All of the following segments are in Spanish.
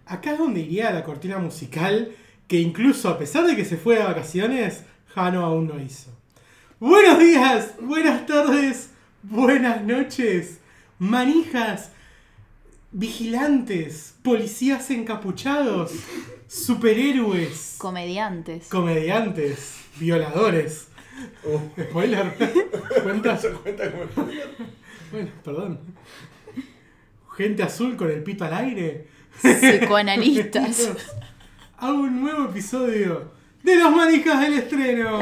acá es donde iría la cortina musical que incluso a pesar de que se fue de vacaciones, Jano aún no hizo. Buenos días, buenas tardes, buenas noches, manijas, vigilantes, policías encapuchados, superhéroes, comediantes, violadores. Spoiler. ¿Cuenta? ¿Eso cuenta como spoiler? Bueno, perdón. Gente azul con el pito al aire. psicoanalistas. A un nuevo episodio de Los Manijas del Estreno.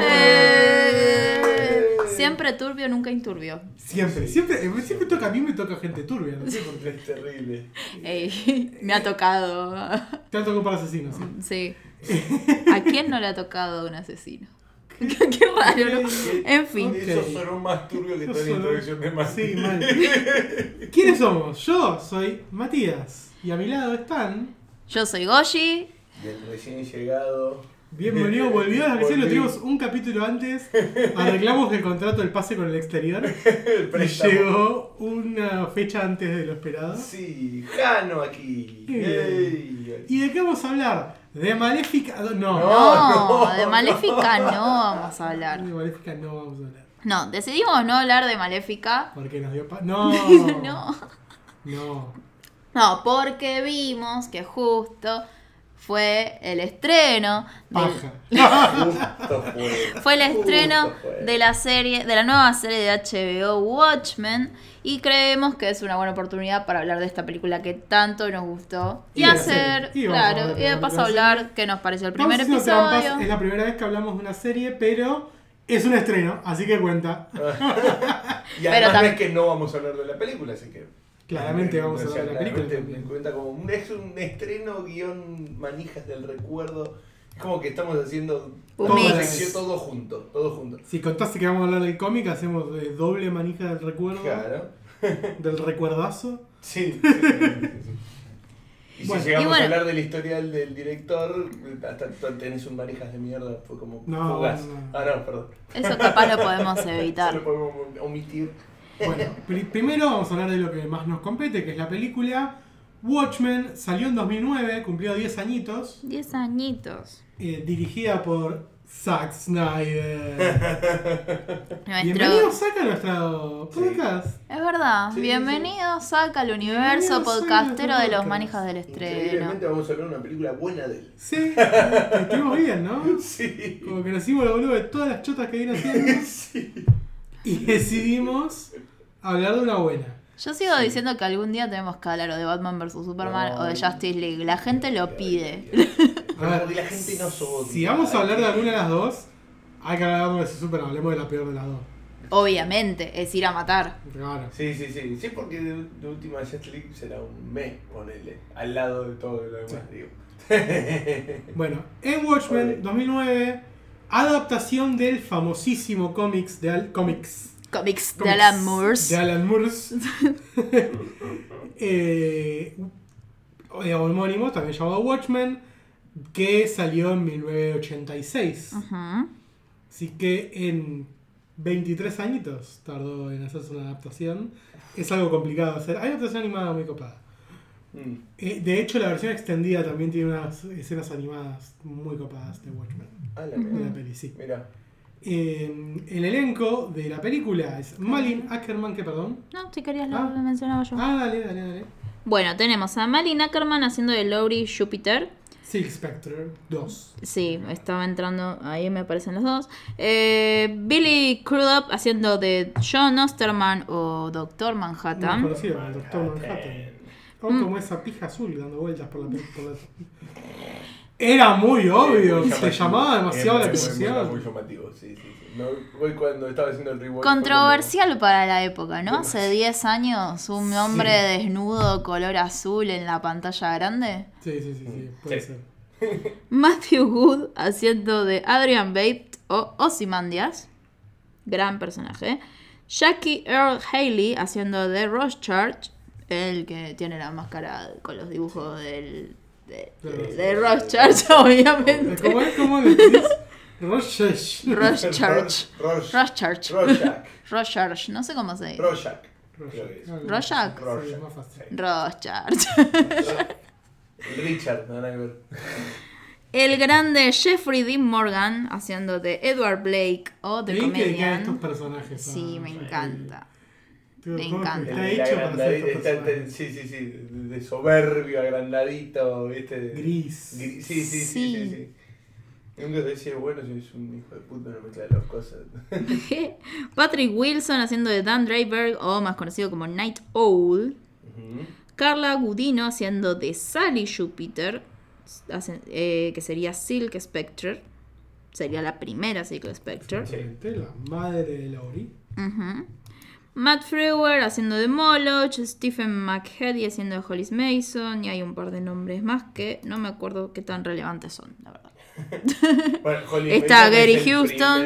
Siempre turbio, nunca inturbio. Siempre toca, a mí me toca gente turbia, no sé por qué. Es terrible. Me ha tocado. Te ha tocado para asesinos, ¿sí? Sí. ¿A quién no le ha tocado un asesino? Qué raro, ¿no? En fin. Eso sonó más turbio que toda la introducción de Martín. Sí, mal. ¿Quiénes somos? Yo soy Matías. Y a mi lado están... Yo soy Goshi. Del recién llegado. Bienvenido, volvió a la vacación, lo tuvimos un capítulo antes. Arreglamos el contrato del pase con el exterior. Y llegó una fecha antes de lo esperado. Sí, Jano aquí. ¿Y de qué vamos a hablar? ¿De Maléfica? No, de Maléfica no vamos a hablar. De Maléfica no vamos a hablar. No, decidimos no hablar de Maléfica. Porque nos dio No, porque vimos que justo fue el estreno fue el estreno de la nueva serie de HBO Watchmen y creemos que es una buena oportunidad para hablar de esta película que tanto nos gustó y de paso hablar qué nos pareció el primer episodio. Es la primera vez que hablamos de una serie, pero es un estreno, así que cuenta. Y además no es que no vamos a hablar de la película, así que claramente vamos a hablar de la película. Me cuenta como es un estreno guión manijas del recuerdo. Es como que estamos haciendo todo junto. Si contaste que vamos a hablar del cómic, hacemos doble manija del recuerdo. Claro. Del recuerdazo. Sí. Y si llegamos a hablar del historial del director, hasta tenés un manijas de mierda, fue como fugaz. No, perdón. Eso capaz lo podemos evitar. Eso lo podemos omitir. Bueno, primero vamos a hablar de lo que más nos compete, que es la película. Watchmen salió en 2009, cumplió 10 añitos. 10 añitos. Dirigida por Zack Snyder. Bienvenido Zack a nuestro podcast. Es verdad, bienvenido Zack al universo podcastero de los manijas del estreno. Increíblemente vamos a ver una película buena de él. Sí, estuvimos bien, ¿no? Sí. Como que nos hicimos la boluda de todas las chotas que viene haciendo. Sí. Y decidimos hablar de una buena. Yo sigo diciendo que algún día tenemos que hablar o de Batman vs Superman o de Justice League. La gente lo pide. A ver, porque la gente nos odia. Si vamos a hablar de alguna de las dos, hay que hablar de Superman. Hablemos de la peor de las dos. Obviamente, es ir a matar. Claro. Sí, porque de última Justice League será un mes, ponele, al lado de todo lo demás, digo. Bueno, en Watchmen 2009, adaptación del famosísimo cómics de Alan Moore. Homónimo, también llamado Watchmen, que salió en 1986. Uh-huh. Así que en 23 añitos tardó en hacerse una adaptación. Es algo complicado de hacer. Hay una adaptación animada muy copada. De hecho, la versión extendida también tiene unas escenas animadas muy copadas de Watchmen. De la peli, sí. Mira. El elenco de la película es Malin Ackerman, No, si querías lo mencionaba yo. Dale. Bueno, tenemos a Malin Ackerman haciendo de Laurie Jupiter. Silk Spectre 2. Sí, estaba entrando, ahí me aparecen los dos. Billy Crudup haciendo de John Osterman o Doctor Manhattan. Muy conocido, el Doctor Manhattan. Como esa pija azul dando vueltas por la película. Era muy obvio, se llamaba demasiado la atención. Muy llamativo, sí. No, hoy cuando estaba haciendo el rewatch. Controversial para la época, ¿no? Hace 10 años, un hombre desnudo color azul en la pantalla grande. Sí, puede ser. Matthew Good haciendo de Adrian Bate o Ozymandias. Gran personaje. Jackie Earle Haley haciendo de Rorschach, el que tiene la máscara con los dibujos de Rorschach, obviamente. ¿Cómo le dices? Rorschach, no sé cómo se dice. Rorschach. Rorschach. Sí, más fácil. Rorschach. Richard, nada que ver. El grande Jeffrey Dean Morgan haciendo de Edward Blake o The Comedian. Estos personajes. Sí, me encanta. Me encanta. Está hecho para hacer sí, de soberbio, agrandadito, ¿viste? Gris. Sí. Nunca decía, bueno, si es un hijo de puta, no mezcla las cosas. Patrick Wilson haciendo de Dan Draper, o más conocido como Night Owl. Carla Gudino haciendo de Sally Jupiter, que sería Silk Spectre. Sería la primera Silk Spectre. Sí, la madre de Laurie. Matt Frewer haciendo de Moloch, Stephen McHattie haciendo de Hollis Mason, y hay un par de nombres más que no me acuerdo qué tan relevantes son, la verdad. Bueno, está Gary Houston.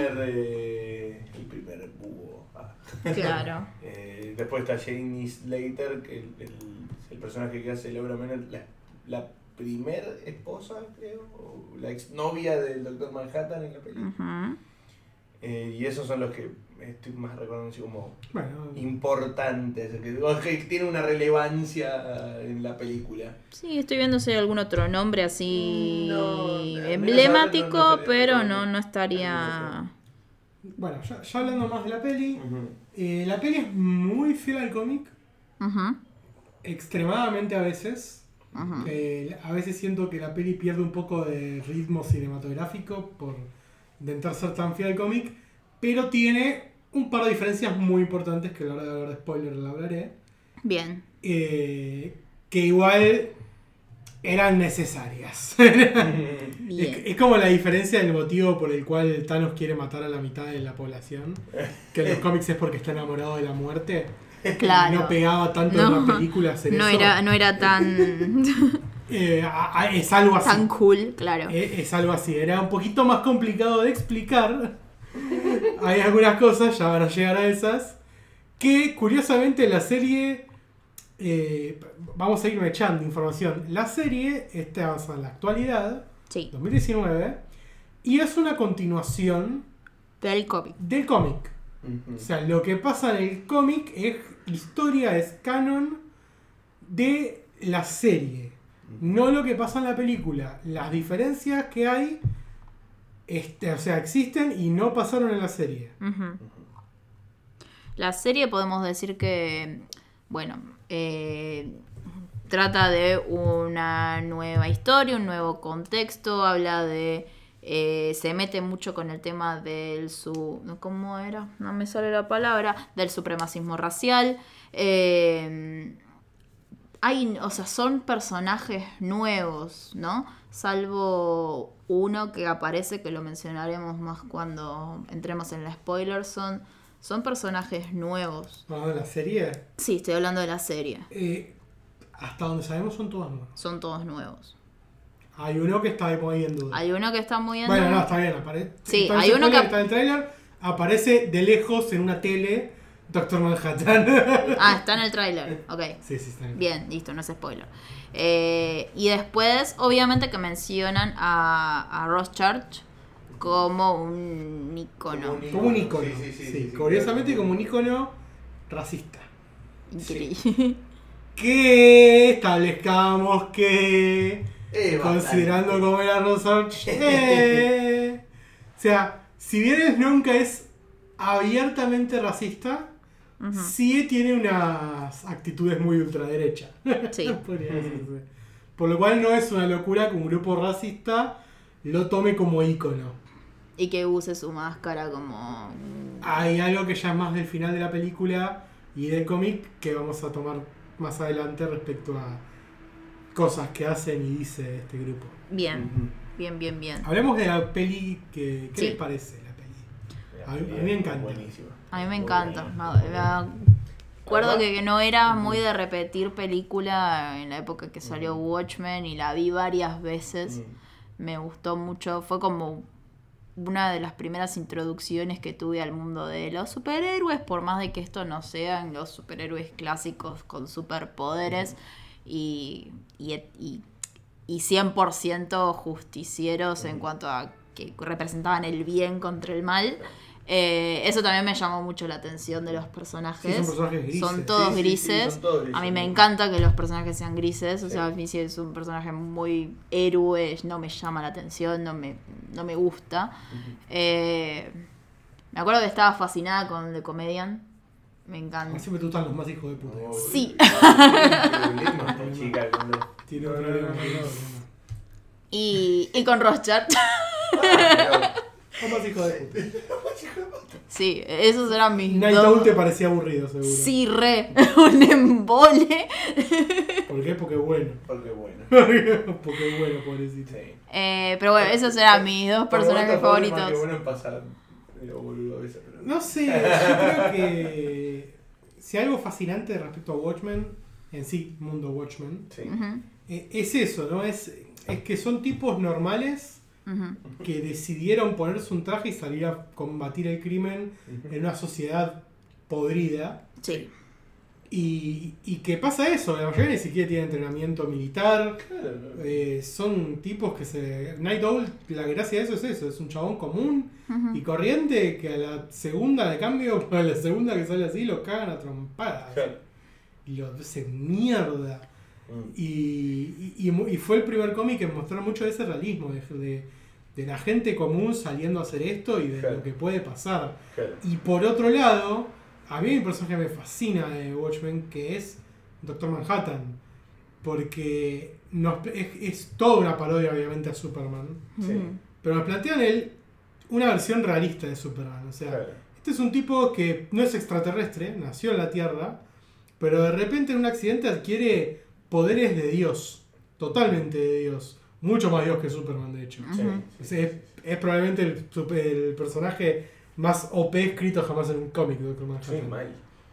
El primer búho. Claro. Después está Janie Slater, que el personaje que hace Laura Menor, la primer esposa, creo, o la exnovia del Dr. Manhattan en la película. Y esos son los que estoy más recordando así como importantes, que tienen una relevancia en la película. Sí, estoy viendo si hay algún otro nombre así emblemático, pero no estaría... Bueno, ya hablando más de la peli, la peli es muy fiel al cómic, extremadamente a veces. A veces siento que la peli pierde un poco de ritmo cinematográfico por intentar ser tan fiel al cómic, pero tiene un par de diferencias muy importantes que a la hora de hablar de spoiler la hablaré. Bien. Que igual eran necesarias. Es como la diferencia del motivo por el cual Thanos quiere matar a la mitad de la población, que en los cómics es porque está enamorado de la muerte. Claro. No pegaba tanto en la película hacer eso. No era tan... es algo así. Tan cool, claro. Es algo así. Era un poquito más complicado de explicar. Hay algunas cosas, ya van a llegar a esas, que curiosamente la serie... vamos a irme echando información. La serie está basada en la actualidad, 2019, y es una continuación del cómic. O sea, lo que pasa en el cómic es historia, es canon de la serie, no lo que pasa en la película. Las diferencias que hay, o sea, existen y no pasaron en la serie. La serie podemos decir que, bueno, trata de una nueva historia, un nuevo contexto, habla de... se mete mucho con el tema del ¿cómo era? No me sale la palabra. Del supremacismo racial. Son personajes nuevos, ¿no? Salvo uno que aparece, que lo mencionaremos más cuando entremos en el spoiler. Son personajes nuevos. ¿Hablando de la serie? Sí, estoy hablando de la serie. Hasta donde sabemos son todos nuevos. Son todos nuevos. Hay uno que está muy en duda. Hay uno que está muy en duda. Bueno, no, está bien. Sí, hay uno que está en el trailer. Aparece de lejos en una tele Dr. Manhattan. Está en el tráiler. Ok. Sí, está bien. Bien, listo, no es spoiler. Y después, obviamente que mencionan a Ross Church como un icono. Como un icono. Sí. Curiosamente como un icono racista. Increíble. Sí. Que establezcamos que... considerando cómo era Ross Church. O sea, si bien nunca es abiertamente racista, sí tiene unas actitudes muy ultraderecha. Sí. Podría decirse. Por lo cual no es una locura que un grupo racista lo tome como ícono. Y que use su máscara como... Hay algo que ya es más del final de la película y del cómic que vamos a tomar más adelante respecto a cosas que hacen y dice este grupo. Bien. Hablemos de la peli. ¿Qué les parece la peli? A mí me encanta. Buenísima. A mí me encanta. Me acuerdo que no era muy de repetir película en la época que salió Watchmen y la vi varias veces. Me gustó mucho. Fue como una de las primeras introducciones que tuve al mundo de los superhéroes, por más de que esto no sean los superhéroes clásicos con superpoderes y 100% justicieros en cuanto a que representaban el bien contra el mal. Eso también me llamó mucho la atención de los personajes. Sí, son personajes grises. Son todos grises. Son todos grises. A mí me encanta que los personajes sean grises. O sea, a mí si es un personaje muy héroe, no me llama la atención, no me gusta. Me acuerdo que estaba fascinada con The Comedian. Me encanta. Siempre te gustan los más hijos de puta. Sí. Tiene un problema. Y con Rorschach. Los más hijos de puta. Sí, esos eran mis Night Owl te parecía aburrido, seguro. Sí, un embole. ¿Por qué? Porque es bueno. Porque bueno. Porque es bueno, pobrecito. Sí. Pero bueno, esos eran mis dos personajes favoritos. Qué bueno en pasar. Boludo, a veces, pero... No sé, yo creo que si algo fascinante respecto a Watchmen, en sí, mundo Watchmen, Sí. es eso, ¿no? Es que son tipos normales que decidieron ponerse un traje y salir a combatir el crimen en una sociedad podrida. Sí. Y que pasa eso, la mayoría ni siquiera tiene entrenamiento militar. Claro. Son tipos que se... Night Owl, la gracia de eso, es un chabón común y corriente que a la segunda de cambio, a la segunda que sale así, lo cagan a trompadas. Claro. Y lo hacen mierda. Y fue el primer cómic en mostrar mucho de ese realismo, de la gente común saliendo a hacer esto y de Claro. lo que puede pasar. Claro. Y por otro lado, a mí hay un personaje que me fascina de Watchmen, que es Doctor Manhattan. Porque es toda una parodia, obviamente, a Superman. Sí. Pero nos plantean una versión realista de Superman. O sea, Claro. este es un tipo que no es extraterrestre, nació en la Tierra, pero de repente en un accidente adquiere poderes de Dios. Totalmente de Dios. Mucho más Dios que Superman, de hecho. Es probablemente el personaje más OP escrito jamás en un cómic de Doctor Manhattan. Sí, mal.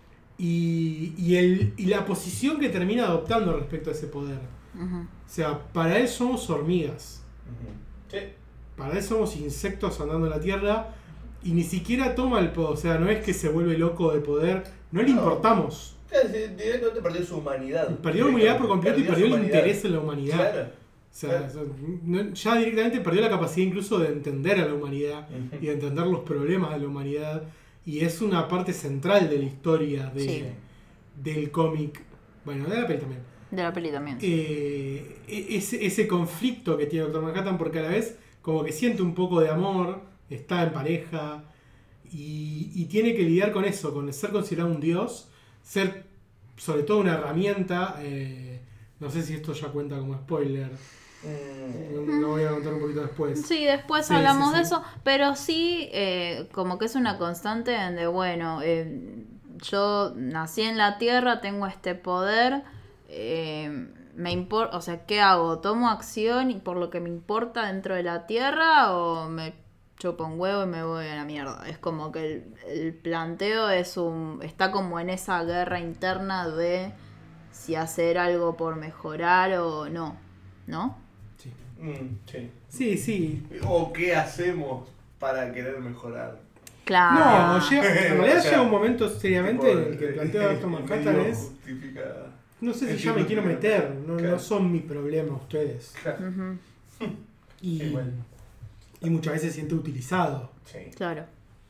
Y la posición que termina adoptando respecto a ese poder. O sea, para él somos hormigas. Sí. Para él somos insectos andando en la Tierra. Y ni siquiera toma el poder. O sea, no es que se vuelve loco de poder. No le importamos. Directamente perdió su humanidad. Perdió la humanidad por completo y perdió el interés en la humanidad. Claro. O sea, ya directamente perdió la capacidad incluso de entender a la humanidad y de entender los problemas de la humanidad. Y es una parte central de la historia del cómic. Bueno, de la peli también. De la peli también. Ese conflicto que tiene Doctor Manhattan, porque a la vez como que siente un poco de amor, está en pareja y tiene que lidiar con eso, con ser considerado un dios, ser sobre todo una herramienta. No sé si esto ya cuenta como spoiler. Lo voy a contar un poquito después. Sí, después hablamos de eso, pero sí, como que es una constante de, bueno, yo nací en la Tierra, tengo este poder, me importa, o sea, ¿qué hago? ¿Tomo acción y por lo que me importa dentro de la Tierra o me chupo un huevo y me voy a la mierda? Es como que el planteo está como en esa guerra interna de si hacer algo por mejorar o no, ¿no? Sí. Sí. Sí. ¿O qué hacemos para querer mejorar? Claro. No, en realidad O sea, llega un momento seriamente en el que el planteo de Doctor Manhattan es... justifica... No sé si ya me quiero meter, no son mi problema ustedes. Claro. Y Bueno. muchas veces se siente utilizado. Sí. Claro.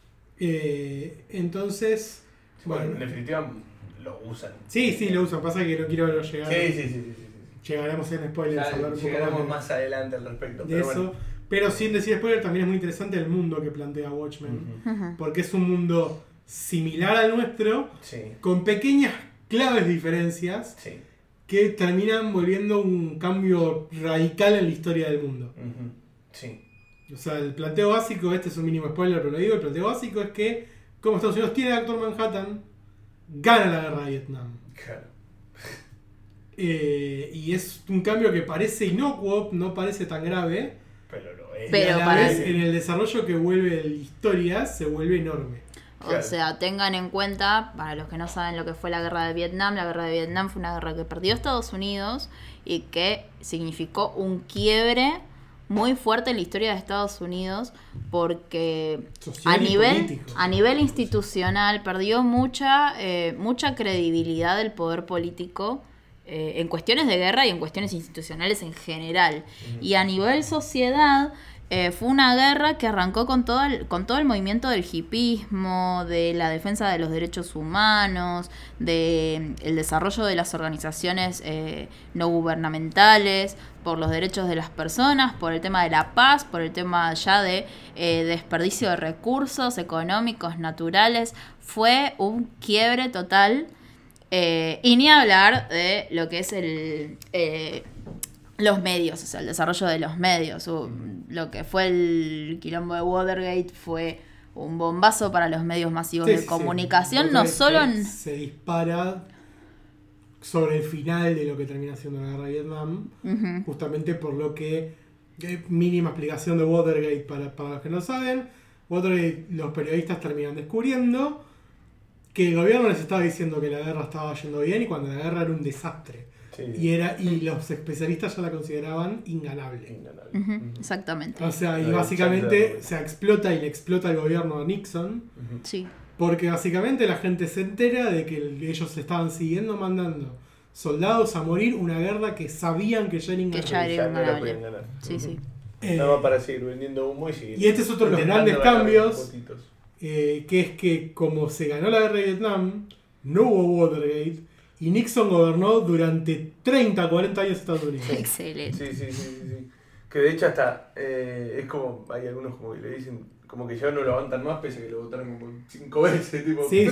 Entonces, Bueno, en bueno. definitiva lo usan. Sí, lo usan, pasa que no quiero verlo llegar. Sí. Llegaremos en spoilers a hablar un poco Llegaremos más más adelante al respecto. de Pero eso. bueno. Pero sin decir spoiler, también es muy interesante el mundo que plantea Watchmen. Porque es un mundo similar al nuestro, Sí. con pequeñas claves diferencias Sí. que terminan volviendo un cambio radical en la historia del mundo. Sí. O sea, el planteo básico, este es un mínimo spoiler, pero lo digo, el planteo básico es que, como Estados Unidos tiene a Doctor Manhattan, gana la guerra de Vietnam. Claro. Y es un cambio que parece inocuo, no parece tan grave, Pero lo es. Pero y a la para- vez en el desarrollo que vuelve la historia se vuelve enorme. Claro. O sea, tengan en cuenta, para los que no saben lo que fue la guerra de Vietnam, la guerra de Vietnam fue una guerra que perdió Estados Unidos y que significó un quiebre muy fuerte en la historia de Estados Unidos porque Social y político. a nivel institucional perdió mucha credibilidad del poder político en cuestiones de guerra y en cuestiones institucionales en general. Y a nivel sociedad Fue una guerra que arrancó con todo el movimiento del hipismo, de la defensa de los derechos humanos, de el desarrollo de las organizaciones no gubernamentales, por los derechos de las personas, por el tema de la paz, por el tema ya de desperdicio de recursos económicos, naturales. Fue un quiebre total. Y ni hablar de lo que es los medios, o sea, el desarrollo de los medios. Lo que fue el quilombo de Watergate fue un bombazo para los medios masivos de comunicación, no solo se dispara sobre el final de lo que termina siendo la guerra de Vietnam, justamente por lo que, mínima explicación de Watergate para los que no saben, Watergate los periodistas terminan descubriendo que el gobierno les estaba diciendo que la guerra estaba yendo bien y cuando la guerra era un desastre. Sí. Y los especialistas ya la consideraban inganable. Exactamente. O sea, y básicamente se explota y le explota el gobierno a Nixon. Sí. Porque básicamente la gente se entera de que ellos estaban siguiendo mandando soldados a morir una guerra que sabían que ya era inganable. Sí, sí. Nada más para seguir vendiendo humo y seguir. Y este es otro de los grandes cambios. Que es que como se ganó la guerra de Vietnam, no hubo Watergate. Y Nixon gobernó durante 30, 40 años Estados Unidos. Excelente. Sí. Que de hecho hasta es como, hay algunos como que le dicen, como que ya no lo aguantan más pese a que lo votaron como 5 veces. Tipo, sí.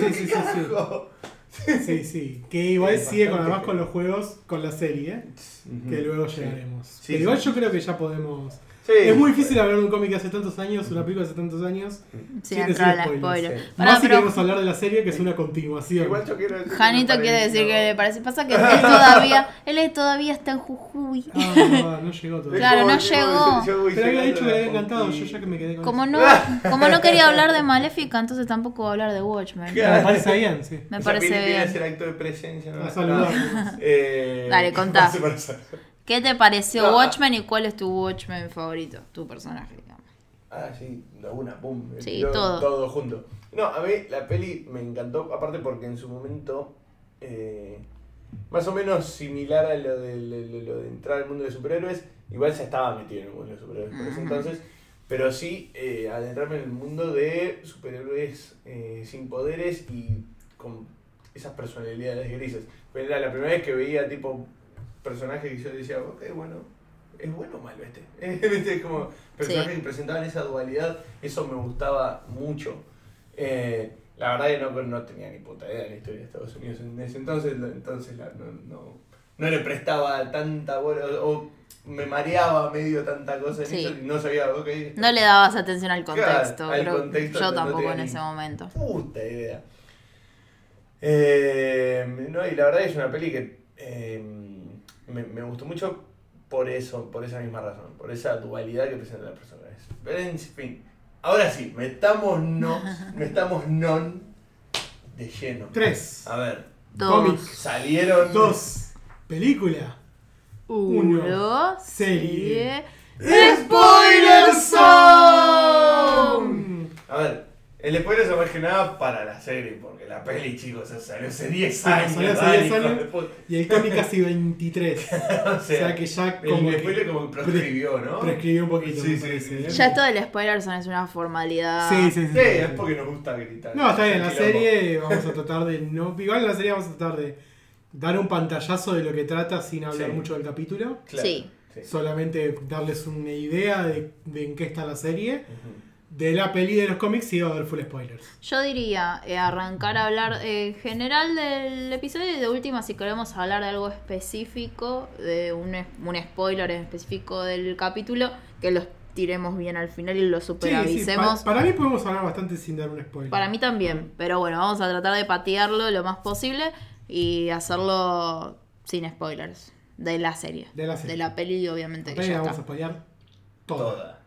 Sí. Que igual sigue además con los juegos, con la serie, que luego llegaremos. Sí, pero igual yo creo que ya podemos... Sí, es muy difícil hablar de un cómic hace tantos años, una película hace tantos años, sin entrar a spoiler. Más si queremos hablar de la serie, que es una continuación. Igual yo quiero decir Janito quiere decir que le parece. Pasa que él todavía está en Jujuy. No llegó todavía. Claro, no llegó. Pero había dicho que le había encantado, yo ya que me quedé con como no quería hablar de Maléfica, entonces tampoco va a hablar de Watchmen. Me parece bien, sí. Me parece bien. Quiere hacer acto de presencia, ¿no? Dale, contá. ¿Qué te pareció Watchmen y cuál es tu Watchmen favorito? Tu personaje, digamos. Sí, una, pum. Sí, todo. Todo junto. No, a mí la peli me encantó, aparte porque en su momento, más o menos similar a lo de entrar al mundo de superhéroes, igual ya estaba metido en el mundo de superhéroes por ese entonces, pero sí adentrarme en el mundo de superhéroes sin poderes y con esas personalidades grises. Pero era la primera vez que veía tipo personaje que yo decía, ok, bueno, ¿es bueno o malo este? Como personajes que presentaban esa dualidad, eso me gustaba mucho. La verdad que no tenía ni puta idea de la historia de Estados Unidos en ese entonces no le prestaba tanta bola, o me mareaba medio tanta cosa en eso y no sabía, ok. No le dabas atención al contexto, claro, al contexto yo tampoco en ese momento. Puta idea. Y la verdad es una peli que me gustó mucho por eso, por esa misma razón, por esa dualidad que presentan las personas. Pero en fin, ahora sí, metamos de lleno. 3. A ver. 2. Salieron 2. Película. 1. Serie. ¡Spoiler Zone! A ver, el spoiler es más que nada para la serie, porque la peli, chicos, salió hace 10 años. Y el cómic casi 23. o sea que ya como el spoiler como prescribió, ¿no? Prescribió un poquito. Sí. Ya esto del spoiler son es una formalidad. Sí, es porque nos gusta gritar. No, está bien, en la serie vamos a tratar de no... Igual en la serie vamos a tratar de dar un pantallazo de lo que trata sin hablar mucho del capítulo. Claro. Sí. Solamente darles una idea de en qué está la serie. De la peli de los cómics sí va a haber full spoilers. Yo diría arrancar a hablar general del episodio y de última si queremos hablar de algo específico, de un spoiler específico del capítulo, que los tiremos bien al final y lo superavisemos. Para mí podemos hablar bastante sin dar un spoiler. Para mí también, pero bueno, vamos a tratar de patearlo lo más posible y hacerlo sin spoilers. De la serie. De la peli, obviamente. La peli la vamos a spoilear toda.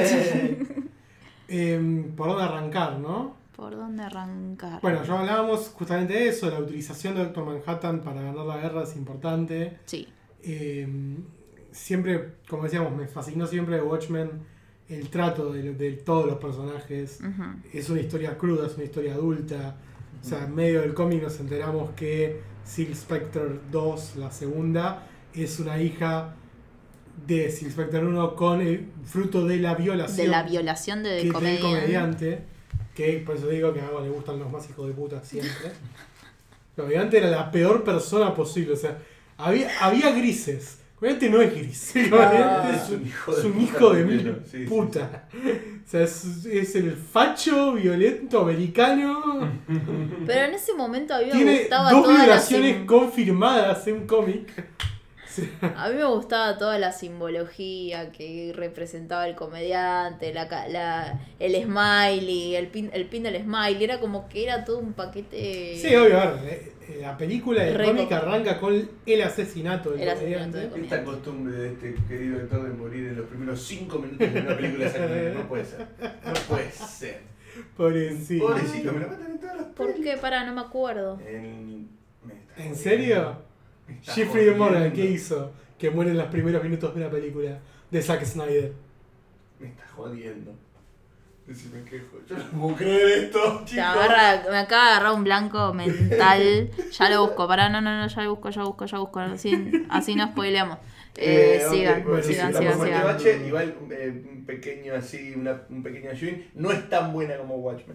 ¿Por dónde arrancar, no? ¿Por dónde arrancar? Bueno, ya hablábamos justamente de eso, la utilización de Doctor Manhattan para ganar la guerra es importante. Sí. Siempre, como decíamos, me fascinó siempre de Watchmen el trato de todos los personajes. Es una historia cruda, es una historia adulta. O sea, en medio del cómic nos enteramos que Silk Spectre 2, la segunda, es una hija de Sin Spectre 1 con el fruto de la violación. De la violación de del comediante. comediante. Que por eso digo que a Agua le gustan los más hijos de puta siempre. El comediante era la peor persona posible. O sea, había grises. El comediante no es gris. El comediante es un hijo de puta. O sea, es el facho violento americano. Pero en ese momento a mí me Tiene gustaba 2 toda violaciones confirmadas en un cómic. A mí me gustaba toda la simbología que representaba el comediante, el smiley, el pin del smiley, era como que era todo un paquete. Sí, obvio, a ver, la película del cómic arranca con el asesinato del comediante. Esta costumbre de este querido actor de morir en los primeros 5 minutos de una película no puede ser. No puede ser. Pobrecito. Pobrecito, me lo matan en todas las ¿Por qué? Pará, no me acuerdo. ¿En serio? Jeffrey Morgan, ¿qué hizo? Que muere en los primeros minutos de una película de Zack Snyder. Me está jodiendo. Decime quejo. Yo no puedo creer esto, chicos. Me acaba de agarrar un blanco mental. Ya lo busco. Pará, no, ya lo busco. Así no spoileamos. Sigan. Igual un pequeño así, un pequeño ayuda. No es tan buena como Watchmen.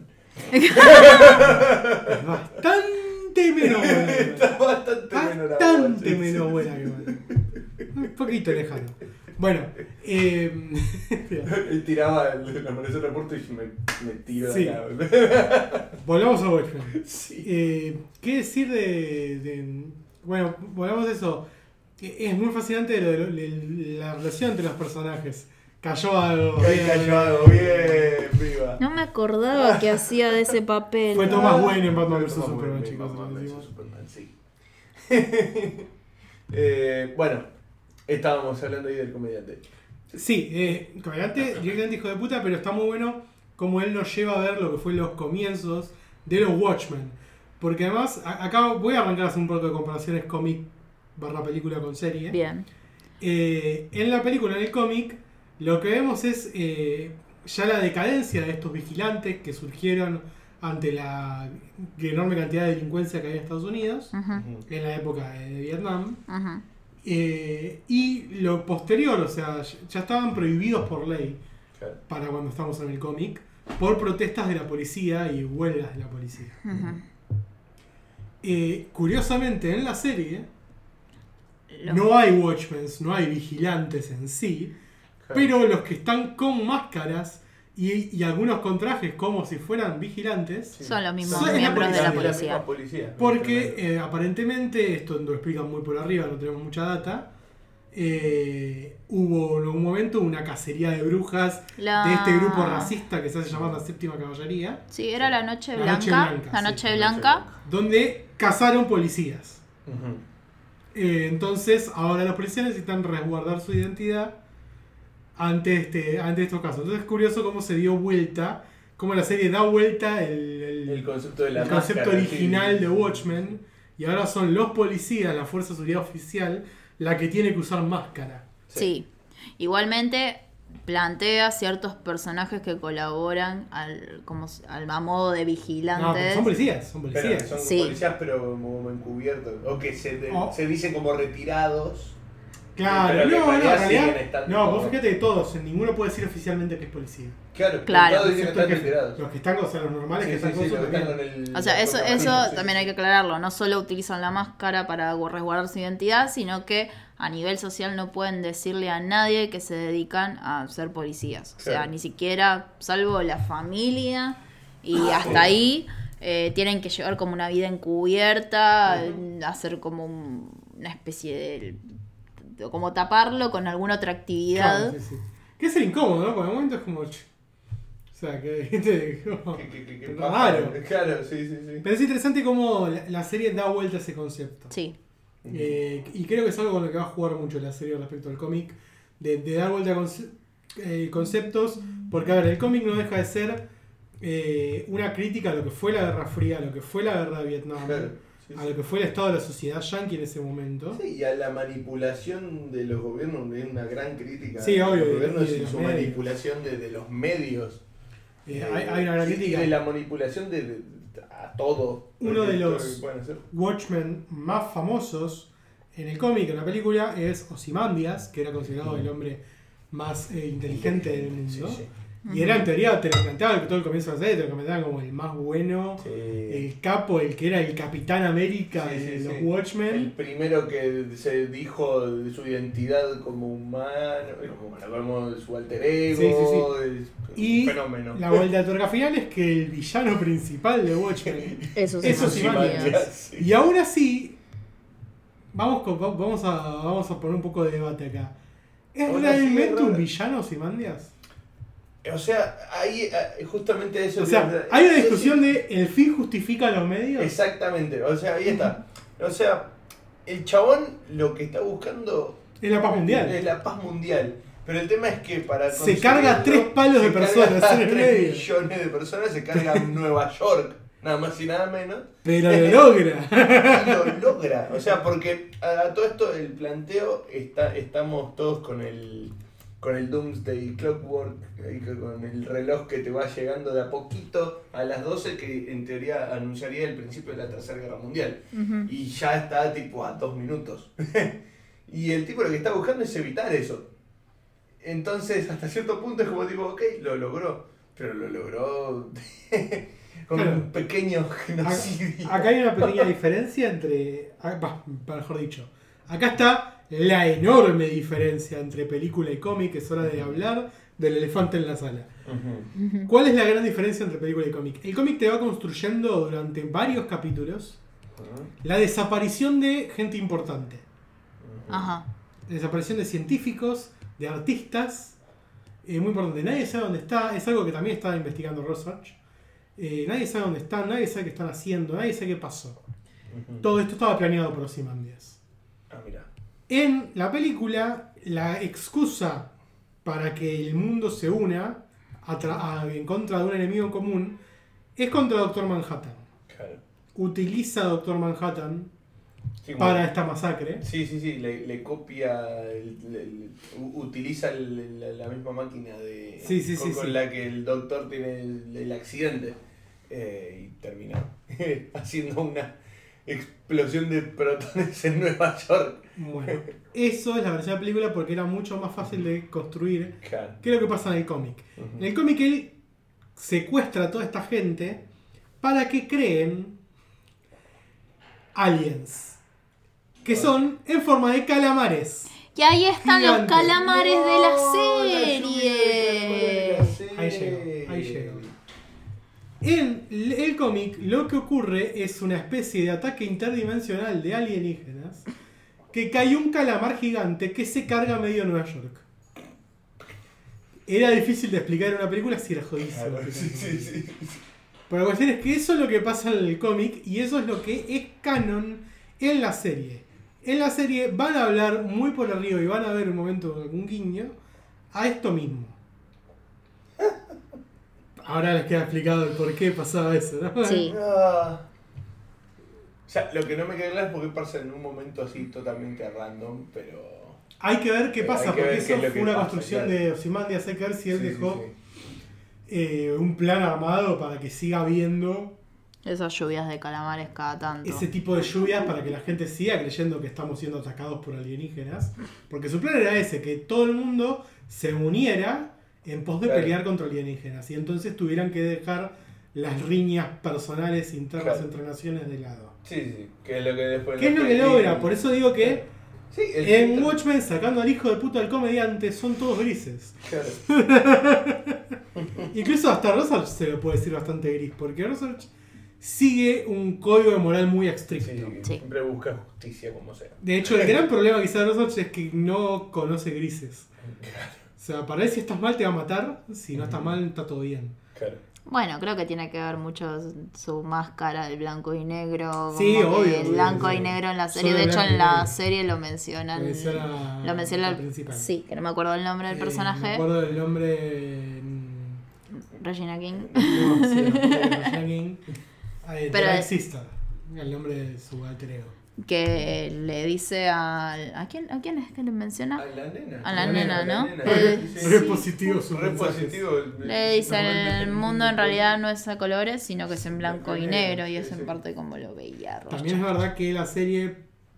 Bastante menos buena. Está bastante menos buena que Watchmen. Un poquito lejano. Bueno, él tiraba el amanecer reporte y me tiro sí. de acá. Volvamos a Watchmen. Sí. ¿Qué decir bueno, volvamos a eso. Es muy fascinante la relación entre los personajes. Cayó algo. Bien, viva. No me acordaba que hacía de ese papel. Fue Thomas Wayne en Batman vs Thomas Superman, Wayne, chicos. Batman vs Superman, sí. Bueno, estábamos hablando ahí del comediante. Sí, comediante, directamente hijo de puta, pero está muy bueno como él nos lleva a ver lo que fue los comienzos de los Watchmen. Porque además, acá voy a arrancar a hacer un poco de comparaciones cómic / película con serie. Bien. En la película, en el cómic, lo que vemos es ya la decadencia de estos vigilantes que surgieron ante la enorme cantidad de delincuencia que había en Estados Unidos en la época de Vietnam. Y lo posterior, o sea, ya estaban prohibidos por ley para cuando estamos en el cómic por protestas de la policía y huelgas de la policía. Curiosamente, en la serie no hay Watchmen, no hay vigilantes en sí, pero los que están con máscaras y algunos con trajes como si fueran vigilantes son los mismos miembros de la policía. Porque aparentemente, esto lo explican muy por arriba, no tenemos mucha data, hubo en un momento una cacería de brujas de este grupo racista que se hace llamar la Séptima Caballería. Sí, era la Noche Blanca. La Noche Blanca. Donde cazaron policías. Entonces, ahora los policías necesitan resguardar su identidad ante estos casos. Entonces es curioso cómo se dio vuelta, cómo la serie da vuelta el concepto de el concepto original de Watchmen, y ahora son los policías, la Fuerza de Seguridad Oficial, la que tiene que usar máscara. Sí. Igualmente plantea ciertos personajes que colaboran a modo de vigilantes. No, son policías. Son policías, pero como encubiertos, o que se dicen como retirados. Claro, no, en realidad, vos fíjate de todos, en ninguno puede decir oficialmente que es policía. Claro. Todos dicen que están retirados. Los que están con los normales que están con o sea, eso también hay que aclararlo. No solo utilizan la máscara para resguardar su identidad, sino que a nivel social no pueden decirle a nadie que se dedican a ser policías. O sea, ni siquiera, salvo la familia, y hasta ahí tienen que llevar como una vida encubierta, hacer como una especie de... como taparlo con alguna otra actividad. Claro, sí. Que es el incómodo, ¿no? Porque en el momento es como... O sea, que raro. Claro, sí. Pero es interesante cómo la serie da vuelta a ese concepto. Sí. Y creo que es algo con lo que va a jugar mucho la serie respecto al cómic, de dar vuelta a conceptos, porque a ver, el cómic no deja de ser una crítica a lo que fue la Guerra Fría, a lo que fue la Guerra de Vietnam, a lo que fue el estado de la sociedad yankee en ese momento. Sí, y a la manipulación de los gobiernos, es una gran crítica. Sí, obvio. Los gobiernos y su manipulación de los medios. Hay una gran crítica. Y de la manipulación a todo. Uno de los Watchmen más famosos En el cómic, en la película, es Ozymandias, que era considerado el hombre más inteligente del mundo. Sí. Y era en teoría, te lo planteaban todo el comienzo de la serie, te lo planteaban como el más bueno, el capo, el que era el Capitán América de los Watchmen. El primero que se dijo de su identidad como humano, como su alter ego, Y un fenómeno. La vuelta de tuerca final es que el villano principal de Watchmen es Ozymandias. Y aún así, vamos a poner un poco de debate acá. ¿Es realmente un villano Ozymandias? O sea, ahí justamente eso. O sea, hay una discusión de el fin justifica los medios. Exactamente, o sea, ahí está. O sea, el chabón lo que está buscando es la paz mundial. Es la paz mundial. Pero el tema es que para se carga 3 palos de personas en el 3 medio. millones de personas se cargan Nueva York, nada más y nada menos. Pero lo logra. Y lo logra. O sea, porque a todo esto el planteo estamos todos con el Doomsday Clockwork, con el reloj que te va llegando de a poquito a las 12, que en teoría anunciaría el principio de la Tercera Guerra Mundial. Y ya está tipo a 2 minutos. Y el tipo lo que está buscando es evitar eso. Entonces, hasta cierto punto es como tipo, ok, lo logró. Pero lo logró con un pequeño genocidio. Acá hay una pequeña diferencia entre... mejor dicho, acá está la enorme diferencia entre película y cómic. Es hora de hablar del elefante en la sala. ¿Cuál es la gran diferencia entre película y cómic? El cómic te va construyendo durante varios capítulos la desaparición de gente importante. La desaparición de científicos, de artistas. Muy importante. Nadie sabe dónde está. Es algo que también estaba investigando Rorschach. Nadie sabe dónde están, nadie sabe qué están haciendo, nadie sabe qué pasó. Todo esto estaba planeado por Ozymandias. Mira. En la película, la excusa para que el mundo se una en contra de un enemigo en común es contra Doctor Manhattan. Claro. Utiliza a Doctor Manhattan para esta masacre. Sí, le copia, utiliza la misma máquina con la que el Doctor tiene el accidente. Y termina haciendo una explosión de protones en Nueva York. Bueno, eso es la versión de la película porque era mucho más fácil de construir que lo que pasa en el cómic. En el cómic él secuestra a toda esta gente para que creen aliens, que son en forma de calamares. Y ahí están gigantes. Los calamares de la serie. Ahí llego. En el cómic lo que ocurre es una especie de ataque interdimensional de alienígenas que cae un calamar gigante que se carga medio Nueva York. Era difícil de explicar en una película, si era jodísimo. Claro, sí. Pero la cuestión es que eso es lo que pasa en el cómic y eso es lo que es canon en la serie. En la serie van a hablar muy por arriba y van a ver un momento, algún guiño, a esto mismo. Ahora les queda explicado el por qué pasaba eso, ¿no? Sí. O sea, lo que no me queda claro es por qué pasa en un momento así totalmente random, pero... Hay que ver qué pasa, porque eso fue una construcción claro. de Ozymandias. Hay que ver si él dejó un plan armado para que siga habiendo Esas lluvias de calamares cada tanto. ese tipo de lluvias para que la gente siga creyendo que estamos siendo atacados por alienígenas. Porque su plan era ese, que todo el mundo se uniera en pos de pelear contra alienígenas. Y entonces tuvieran que dejar las riñas personales internas entre naciones de lado. Sí, que es lo que después... ¿Qué es lo que logra? Por eso digo que sí, en Watchmen, sacando al hijo de puta del comediante, son todos grises. Claro. Incluso hasta Rorschach se lo puede decir bastante gris, porque Rorschach sigue un código de moral muy estricto. Sí. Siempre busca justicia como sea. De hecho, el gran problema quizá de Rorschach es que no conoce grises. Claro. O sea, para él si estás mal te va a matar, si no estás mal está todo bien. Claro. Bueno, creo que tiene que ver mucho su máscara de blanco y negro. Sí, como obvio, que obvio, blanco sí. y negro en la serie. Solo De hecho, blanco y en la negro. serie lo mencionan. Lo menciona el principal. Sí, que no me acuerdo el nombre del personaje. Me acuerdo del nombre... Regina King. No, sí, Regina King. Pero Dark Sister, el nombre de su alter ego. Que le dice ¿A quién es que le menciona? A la nena. A la nena, ¿no? Re positivo su Re mensaje. positivo. Le dice, el mundo en realidad no es a colores, sino que es en blanco y negro, y es en parte como lo veía Rorschach. También es verdad que la serie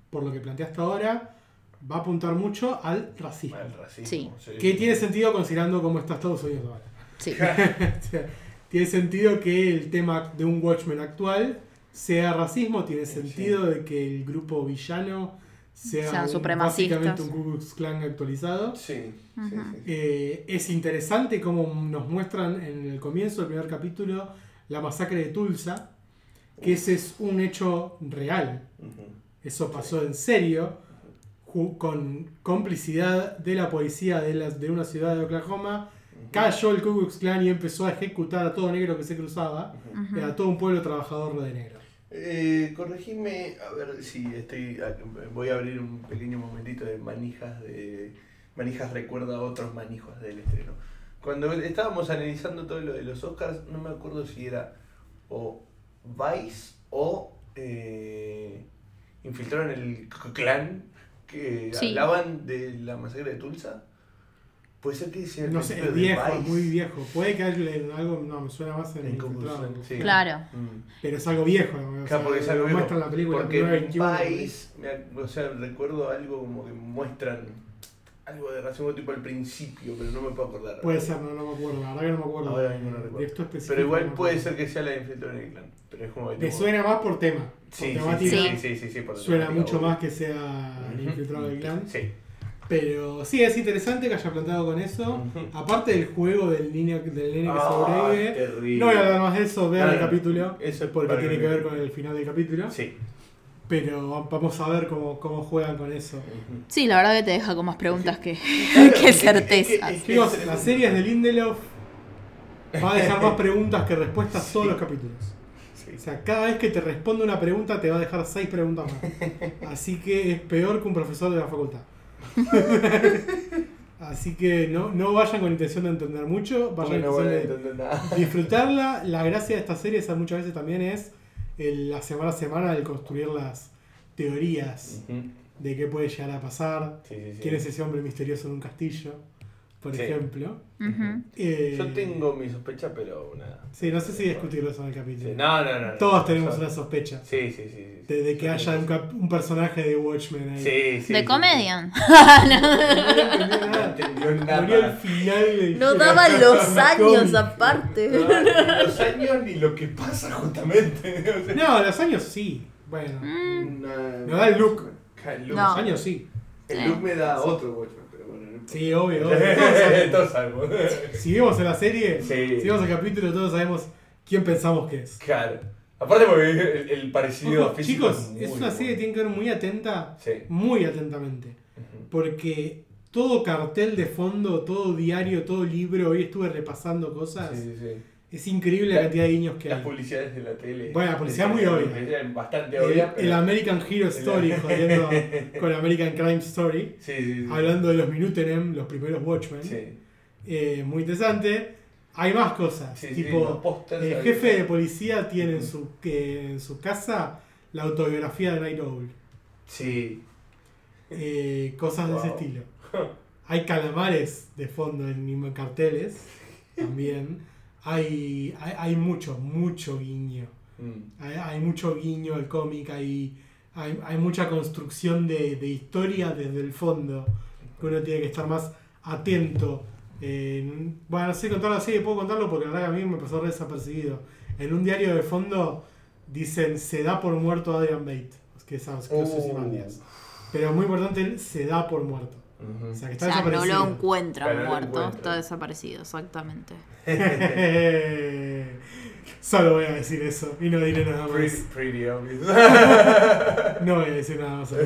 por lo que planteaste ahora, va a apuntar mucho al racismo. Al racismo, Sí. Que tiene sentido considerando cómo está Estados Unidos ahora. Sí. O sea, tiene sentido que el tema de un Watchmen actual sea racismo, tiene sentido de que el grupo villano Sean supremacistas. básicamente un Ku Klux Klan actualizado. Sí, Ujú. sí. Es interesante cómo nos muestran en el comienzo del primer capítulo la masacre de Tulsa, que ese es un hecho real. Ujú. Eso pasó en serio, con complicidad de la policía de una ciudad de Oklahoma. Cayó el Ku Klux Klan y empezó a ejecutar a todo negro que se cruzaba. Ujú. A todo un pueblo trabajador de negro. Corregime, a ver si voy a abrir un pequeño momentito de manijas recuerda a otros manijos del estreno. Cuando estábamos analizando todo lo de los Oscars, no me acuerdo si era o Vice o Infiltraron el Clan, que Sí. hablaban de la masacre de Tulsa. Puede ser que sea el No sé, principio es de viejo, Vice. es muy viejo. Puede que algo, no, me suena más en En Infiltrado. conclusión, sí. Claro. Mm. Pero es algo viejo. ¿no? O Claro, porque es algo lo viejo. muestra en la película Porque en 1921. Vice, recuerdo algo como que muestran algo de racismo tipo al principio, pero no me puedo acordar. Puede ser, no me acuerdo. La verdad que no me acuerdo. Ahora mismo no recuerdo. de esto específico. Pero igual no me puede acuerdo. ser que sea la de Infiltraron el Clan. Pero es como que Me tipo- suena más por tema. Por Sí, temática. sí, por la Suena temática, mucho obvio. más que sea el Ujú. Infiltrado del Clan. Sí. Pero sí, es interesante que haya plantado con eso. Ujú. Aparte del juego del nene que Ah, sobrevive. terrible. No voy a hablar más de eso, vean el Claro, capítulo. eso es Porque para tiene mí. que ver con el final del capítulo. Sí. Pero vamos a ver cómo juegan con eso. Ujú. Sí, la verdad que te deja con más preguntas que, que certezas. Es que- Chicos, las series de Lindelof va a dejar más preguntas que respuestas todos los capítulos. Sí. O sea, cada vez que te responde una pregunta te va a dejar 6 preguntas más. Así que es peor que un profesor de la facultad. Así que no vayan con intención de entender mucho, vayan Porque no con voy a intención de entender nada. disfrutarla. La gracia de esta serie muchas veces también es la semana a semana el construir las teorías Ujú. de qué puede llegar a pasar. Sí. ¿Quién es ese hombre misterioso en un castillo? Por Sí. ejemplo. Ujú. Yo tengo mi sospecha, pero nada. Sí, no sé si discutirlo eso en el Sí, capítulo. no. Todos tenemos Eso- una sospecha Sí. de que haya un personaje de Watchmen ahí. Sí. De comedian. No entendió No nada. entendió Murió el nada. final. No daban los años cómico. aparte. No, ni los años ni lo que pasa justamente. O sea, No, los años sí. Bueno, no me da el look. El look, No. los años sí. el look me da otro Watchmen, pero bueno. no importa. Sí, obvio. Todos sabemos. Todos sabemos. Si vimos en la serie, Sí. si vimos el capítulo, todos sabemos quién pensamos que es. Claro. Aparte porque el parecido Ojo, físico chicos, es muy una serie que bueno. tienen que ver muy atenta, Sí. muy atentamente. Ujú. Porque todo cartel de fondo, todo diario, todo libro, hoy estuve repasando cosas. Sí. Es increíble la cantidad de guiños que Las hay. publicidades de la tele. Bueno, la publicidad es muy obvia. Es bastante El, obvia. el American Hero Story, jodiendo con American Crime Story. Sí. Hablando de los Minutenem, los primeros Watchmen. Sí. Muy interesante. Hay más cosas. Sí, tipo, los pósters el ahí. jefe de policía tiene en su casa la autobiografía de Night Owl. Sí. Cosas de ese Wow. estilo. Hay calamares de fondo en carteles también. Hay mucho guiño. Mm. Hay mucho guiño al cómic, hay mucha construcción de historia desde el fondo, que uno tiene que estar más atento. Bueno, no sé contarlo así, puedo contarlo porque la verdad que a mí me pasó re desapercibido. En un diario de fondo dicen, se da por muerto Adrian Bate, que es Ozymandias. Pero muy importante, se da por muerto. Ujú. O sea, que O está sea, no desaparecido. lo encuentran Claro, no lo muerto, encuentran. está desaparecido, exactamente. Solo voy a decir eso y no diré nada más. Pretty obvious. No voy a decir nada más.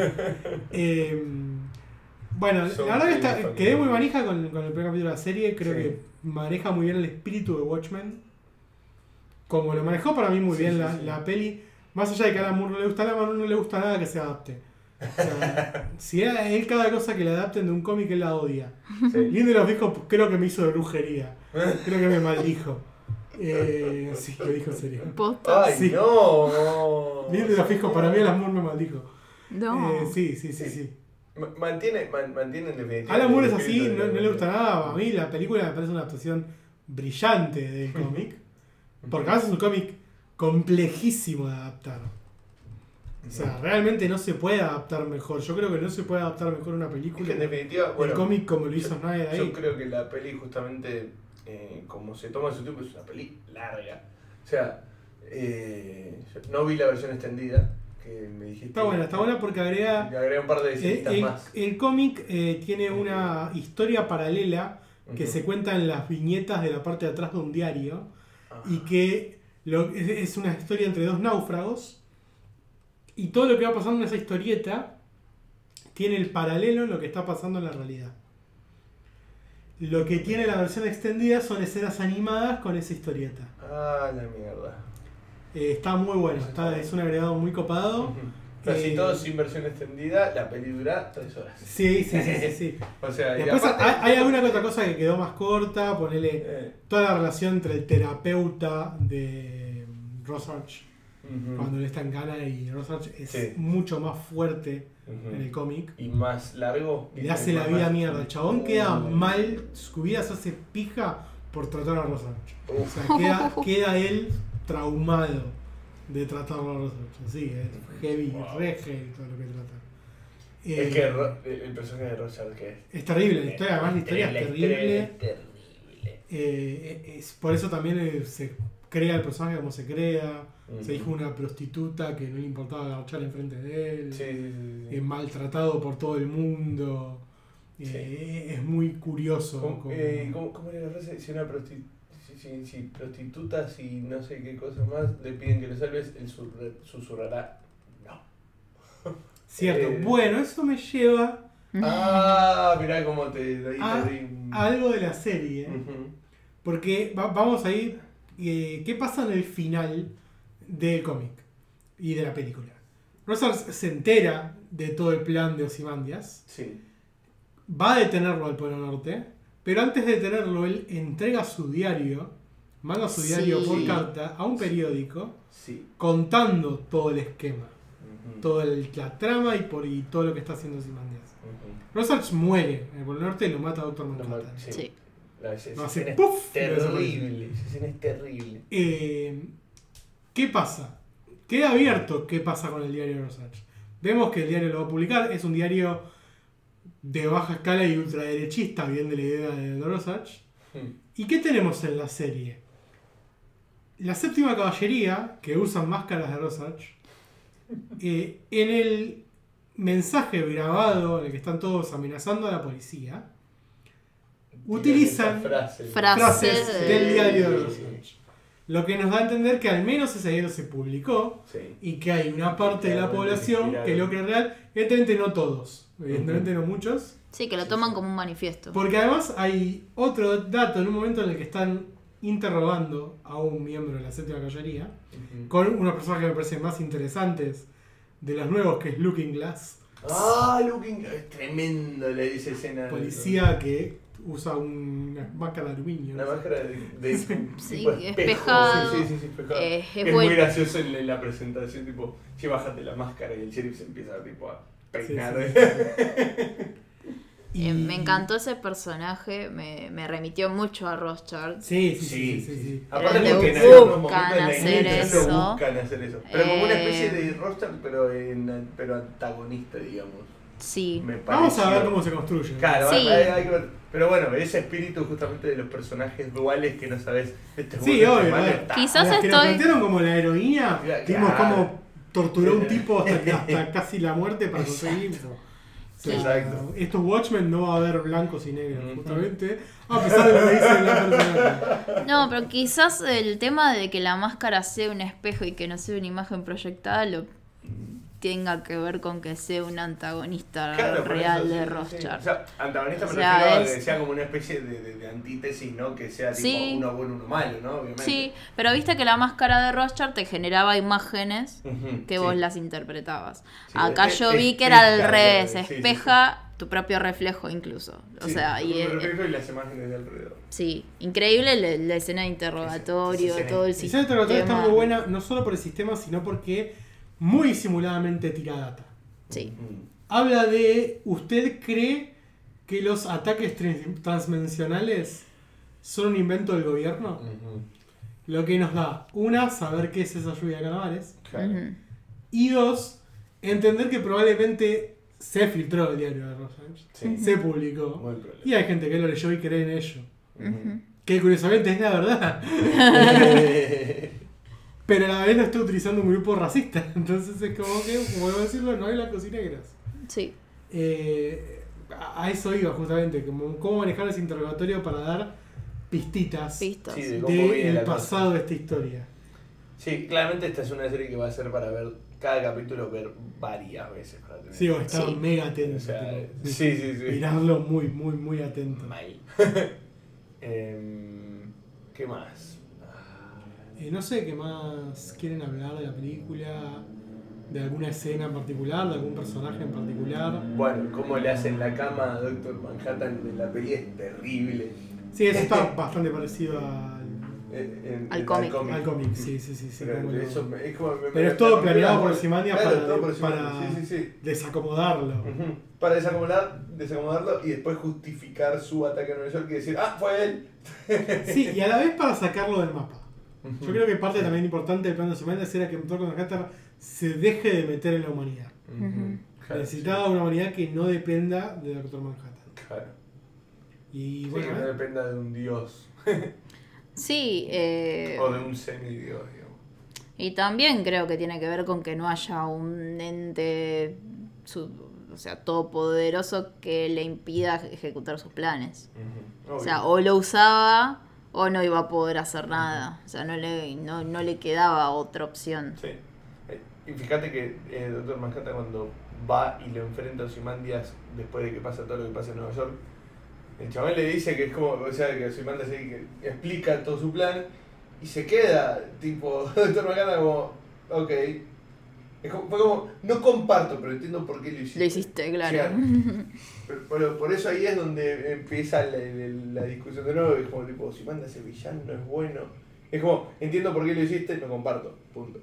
Bueno, Son la verdad que familia. quedé muy manija con el primer capítulo de la serie. Creo Sí. que maneja muy bien el espíritu de Watchmen. Como lo manejó para mí muy Sí, bien sí, la, sí. la peli. Más allá de que a Alan Moore no le gusta nada, no le gusta nada que se adapte. O sea, si a él cada cosa que le adapten de un cómic, él la odia. Sí. Lindelof dijo, creo que me hizo de brujería. Creo que me maldijo. Sí, lo dijo en serio. ¿Posta? Ay, Sí. no. Lindelof dijo, para mí Alan Moore me maldijo. No. Sí. Mantiene en definitiva. Alan Moore es el así, espíritu no de- le gusta nada. A mí la película me parece una adaptación brillante del cómic. Porque además es un cómic complejísimo de adaptar. O sea, realmente no se puede adaptar mejor. Yo creo que no se puede adaptar mejor una película. Es que en definitiva, el cómic como lo hizo Snyder ahí. Yo creo que la peli justamente, como se toma su tiempo, es una peli larga. O sea, yo no vi la versión extendida, que me dijiste. Está buena porque agrega un par de escenitas más. El cómic tiene una historia paralela que se cuenta en las viñetas de la parte de atrás de un diario. Y que es una historia entre dos náufragos. Y todo lo que va pasando en esa historieta tiene el paralelo en lo que está pasando en la realidad. Lo que tiene la versión extendida son escenas animadas con esa historieta. Ah, la mierda. Está muy bueno, es un agregado muy copado. Casi todo sin versión extendida, la peli dura 3 horas. Sí. O sea, después hay alguna que otra cosa que quedó más corta, ponele toda la relación entre el terapeuta de Rorschach, cuando él está en Ghana, y Rorschach es mucho más fuerte en el cómic. Y más largo. Le hace la vida mierda. El chabón queda mal, su vida se hace pija por tratar a Rorschach. O sea, queda él traumado de tratarlo a Rorschach. Sí, es heavy, re heavy todo lo que trata. Es que el personaje de Rorschach es terrible, la historia, además la historia es terrible. Es por eso también se crea el personaje como se crea. Se dijo una prostituta que no le importaba agachar enfrente de él. Sí. Maltratado por todo el mundo. Es muy curioso. ¿Cómo era la frase? Si prostitutas y no sé qué cosa más le piden que lo salves, él susurrará no. Cierto. Bueno, eso me lleva mirá cómo te algo de la serie. Porque vamos a ir. ¿Qué pasa en el final del cómic y de la película? Rorschach se entera de todo el plan de Ozymandias. Sí. Va a detenerlo al Polo Norte. Pero antes de detenerlo, él entrega su diario, manda su diario por carta a un periódico contando todo el esquema, toda la trama y todo lo que está haciendo Ozymandias. Rorschach muere en el Polo Norte y lo mata a Dr. Manhattan. La escena hace es ¡puf! terrible. Esa escena es terrible. ¿Qué pasa? Queda abierto qué pasa con el diario de Rorschach. Vemos que el diario lo va a publicar. Es un diario de baja escala y ultraderechista, bien de la idea de Rorschach. ¿Y qué tenemos en la serie? La séptima caballería, que usan máscaras de Rorschach, en el mensaje grabado en el que están todos amenazando a la policía, utilizan frases del diario de Rorschach. Lo que nos da a entender que al menos ese diario se publicó y que hay una parte de la población que lo cree real. Evidentemente no todos, evidentemente no muchos. Sí, que lo toman como un manifiesto. Porque además hay otro dato en un momento en el que están interrogando a un miembro de la séptima caballería con unos personajes que me parecen más interesantes de los nuevos, que es Looking Glass. Looking Glass, es tremendo esa escena. Policía que usa una máscara de aluminio. Una máscara de sí, espejado. Sí, espejado. Es muy gracioso en la presentación, tipo, che, bájate la máscara y el sheriff se empieza tipo a peinar. Me encantó ese personaje, me remitió mucho a Rorschach. Sí. Aparte porque en algunos momentos buscan hacer eso. Pero como una especie de Rorschach, pero antagonista, digamos. Sí. Vamos a ver cómo se construye. Claro, hay que ver. Pero bueno, ese espíritu justamente de los personajes duales que no sabes. Obvio. Quizás que nos plantearon como la heroína, vimos cómo torturó a un tipo hasta casi la muerte para conseguirlo. Exacto. Estos Watchmen no va a haber blancos y negros, justamente, a pesar de lo que dicen las personas. No, pero quizás el tema de que la máscara sea un espejo y que no sea una imagen proyectada tenga que ver con que sea un antagonista real de Rorschach. O sea, antagonista me refiero a que sea como una especie de antítesis, ¿no? Que sea tipo uno bueno, uno malo, ¿no? Obviamente. Sí, pero viste que la máscara de Rorschach te generaba imágenes que vos las interpretabas. Acá yo vi que era al revés, espeja tu propio reflejo incluso. O sea, el reflejo y las imágenes de alrededor. Sí, increíble la escena de interrogatorio, todo el sistema. La escena de interrogatorio está muy buena, no solo por el sistema, sino porque muy disimuladamente tira data. Sí. Habla de, ¿usted cree que los ataques transmencionales son un invento del gobierno? Lo que nos da, una, saber qué es esa lluvia de cadáveres. Y dos, entender que probablemente se filtró el diario de Rosage, se publicó, y hay gente que lo leyó y cree en ello. Que curiosamente es la verdad. Pero a la vez lo está utilizando un grupo racista. Entonces es como que, como vuelvo a decirlo, no hay blancos y negros. Sí. A eso iba justamente, como cómo manejar ese interrogatorio para dar pistitas del pasado de esta historia. Sí, claramente esta es una serie que va a ser para ver cada capítulo, ver varias veces. Para tener sí, o estar mega atento. O sea, tipo, sí. Mirarlo muy, muy, muy atento. ¿Qué más? No sé qué más quieren hablar de la película, de alguna escena en particular, de algún personaje en particular. Bueno, cómo le hacen la cama a Dr. Manhattan en la peli es terrible. Sí, eso está bastante parecido al cómic. Al cómic, sí. Pero es todo planeado por Ozymandias para desacomodarlo. Para desacomodarlo y después justificar su ataque a Nueva York y decir, fue él. Sí, y a la vez para sacarlo del mapa. Yo creo que parte también importante del plan de Ozymandias era que Dr. Manhattan se deje de meter en la humanidad. Necesitaba una humanidad que no dependa de Dr. Manhattan. Claro. Y bueno, que no dependa de un dios. Sí. O de un semidios, digamos. Y también creo que tiene que ver con que no haya un ente todopoderoso que le impida ejecutar sus planes. O sea, o lo usaba o no iba a poder hacer nada. O sea, no le quedaba otra opción. Sí. Y fíjate que Dr. Manhattan cuando va y lo enfrenta a Ozymandias después de que pasa todo lo que pasa en Nueva York, el chaval le dice que es como, o sea, que Ozymandias que explica todo su plan y se queda, tipo, Dr. Manhattan como, ok. Fue como, no comparto, pero entiendo por qué lo hiciste. Lo hiciste, claro. Pero por eso ahí es donde empieza la discusión de nuevo, es como tipo, Ozymandias es villano, no es bueno. Es como, entiendo por qué lo hiciste, no comparto, punto.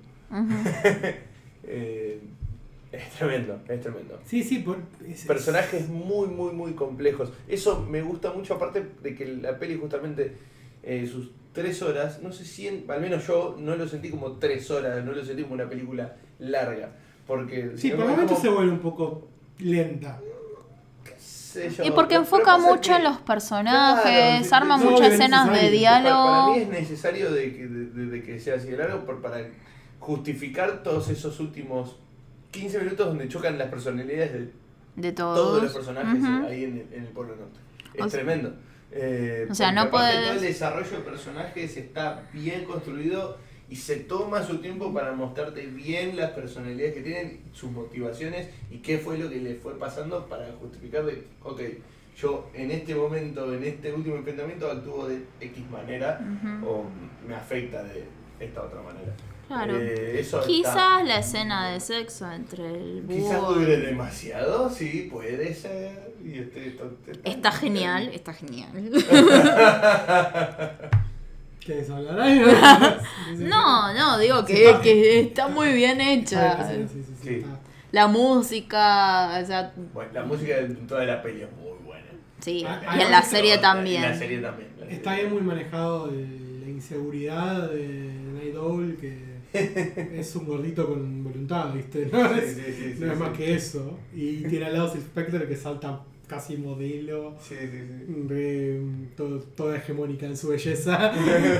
Es tremendo. Sí, personajes muy, muy, muy complejos. Eso me gusta mucho, aparte de que la peli justamente sus 3 horas, no sé si, al menos yo no lo sentí como 3 horas, no lo sentí como una película larga. Porque sí, por momentos se vuelve un poco lenta. Y porque enfoca mucho en los personajes, arma muchas escenas de diálogo. Para mí es necesario de que sea así de largo para justificar todos esos últimos 15 minutos donde chocan las personalidades de todos los personajes ahí en el Polo Norte. Es tremendo. O sea, no puedes... Todo el desarrollo de personajes está bien construido y se toma su tiempo para mostrarte bien las personalidades que tienen, sus motivaciones y qué fue lo que les fue pasando para justificar de, ok, yo en este momento, en este último enfrentamiento actúo de X manera o me afecta de esta otra manera. Claro. Quizás la escena de sexo entre el búho... Quizás dure demasiado, sí, puede ser. Y está genial. ¿Quieres hablar ahí? No, digo que está muy bien hecha. Sí. La música, o sea... Bueno, la música de toda la peli es muy buena. Sí, y en la serie también. Está bien muy manejado la inseguridad de Night Owl, que es un gordito con voluntad, ¿viste? No es más que eso. Y tiene al lado Sil Spector que salta casi modelo, toda hegemónica en su belleza.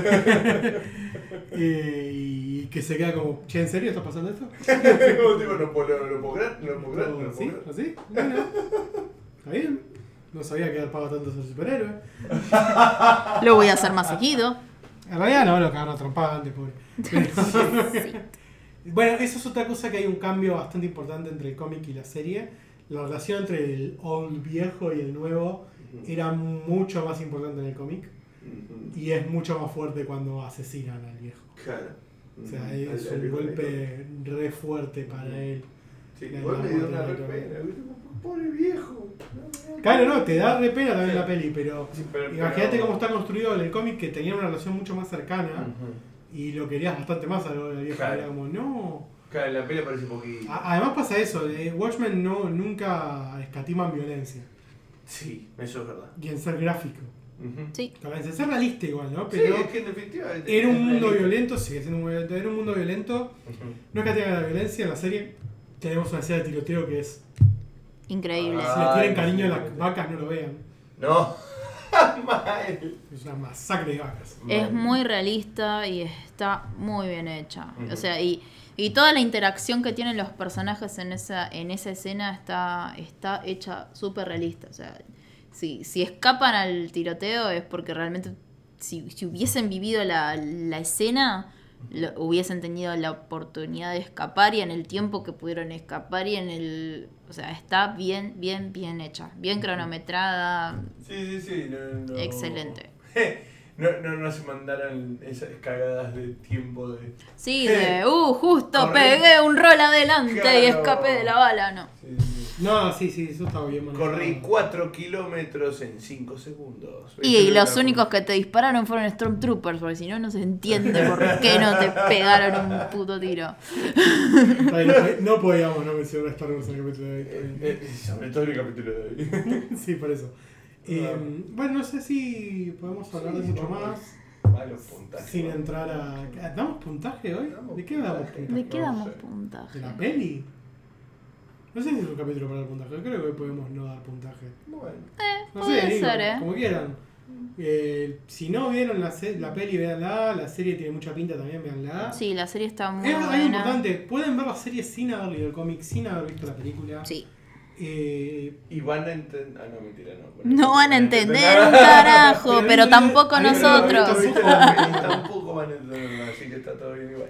Y que se queda como, che, ¿en serio está pasando esto? No puedo creer. ¿Sí? ¿Así? Bueno, está bien. No sabía que paga tanto ser superhéroe. Lo voy a hacer más seguido. En realidad no, lo cagaron a trompada antes, pobre. Sí. Bueno, eso es otra cosa, que hay un cambio bastante importante entre el cómic y la serie. La relación entre el old viejo y el nuevo era mucho más importante en el cómic. Y es mucho más fuerte cuando asesinan al viejo. Claro. O sea, es un golpe re fuerte para él. Sí, igual me dio una re pena. Pobre viejo. Claro, no, te da re pena también la peli, pero imagínate cómo está construido en el cómic, que tenía una relación mucho más cercana y lo querías bastante más al viejo. Claro. Era como, no. Claro, en la peli parece un poquito. Además pasa eso, Watchmen nunca escatiman violencia. Sí, eso es verdad. Y en ser gráfico. Sí. En ser realista igual, ¿no? Pero sí, es que en definitiva era un mundo violento, sigue siendo un mundo violento, era un mundo violento. No escatiman la violencia en la serie. Tenemos una escena de tiroteo que es... Increíble. Si le tienen cariño a las vacas, no lo vean. No. Mal. Es una masacre de vacas. Es muy realista y está muy bien hecha. O sea, y toda la interacción que tienen los personajes en esa escena está hecha súper realista. O sea, si escapan al tiroteo es porque realmente si hubiesen vivido la escena, hubiesen tenido la oportunidad de escapar y en el tiempo que pudieron escapar y o sea, está bien hecha, bien cronometrada. Sí. No. Excelente. No se mandaran esas cagadas de tiempo de... Sí, justo pegué un rol adelante y escapé de la bala, no. No, sí, eso estaba bien manejado. Corrí 4 kilómetros en 5 segundos. Y los únicos que te dispararon fueron Stormtroopers, porque si no, no se entiende por qué no te pegaron un puto tiro. No podíamos no mencionar a Star Wars en el capítulo de hoy. Sobre todo en el capítulo de hoy. Sí, por eso. Bueno, no sé si podemos hablar de mucho más. Malos puntajes. Sin entrar a... ¿Damos puntaje hoy? ¿De qué damos puntaje? ¿De qué damos puntaje? ¿De la peli? No sé si es un capítulo para dar puntaje. Creo que hoy podemos no dar puntaje. Bueno. No Puede sé, ser, como quieran. Si no vieron la peli, véanla. La serie tiene mucha pinta también, véanla. Sí, la serie está muy Es algo buena. importante. Pueden ver la serie sin haber leído el cómic, sin haber visto la película. Sí. Y van a entender... Ah, no, mentira, no. No van a entender un carajo, pero tampoco nosotros. Tampoco van a entender, así que está todo bien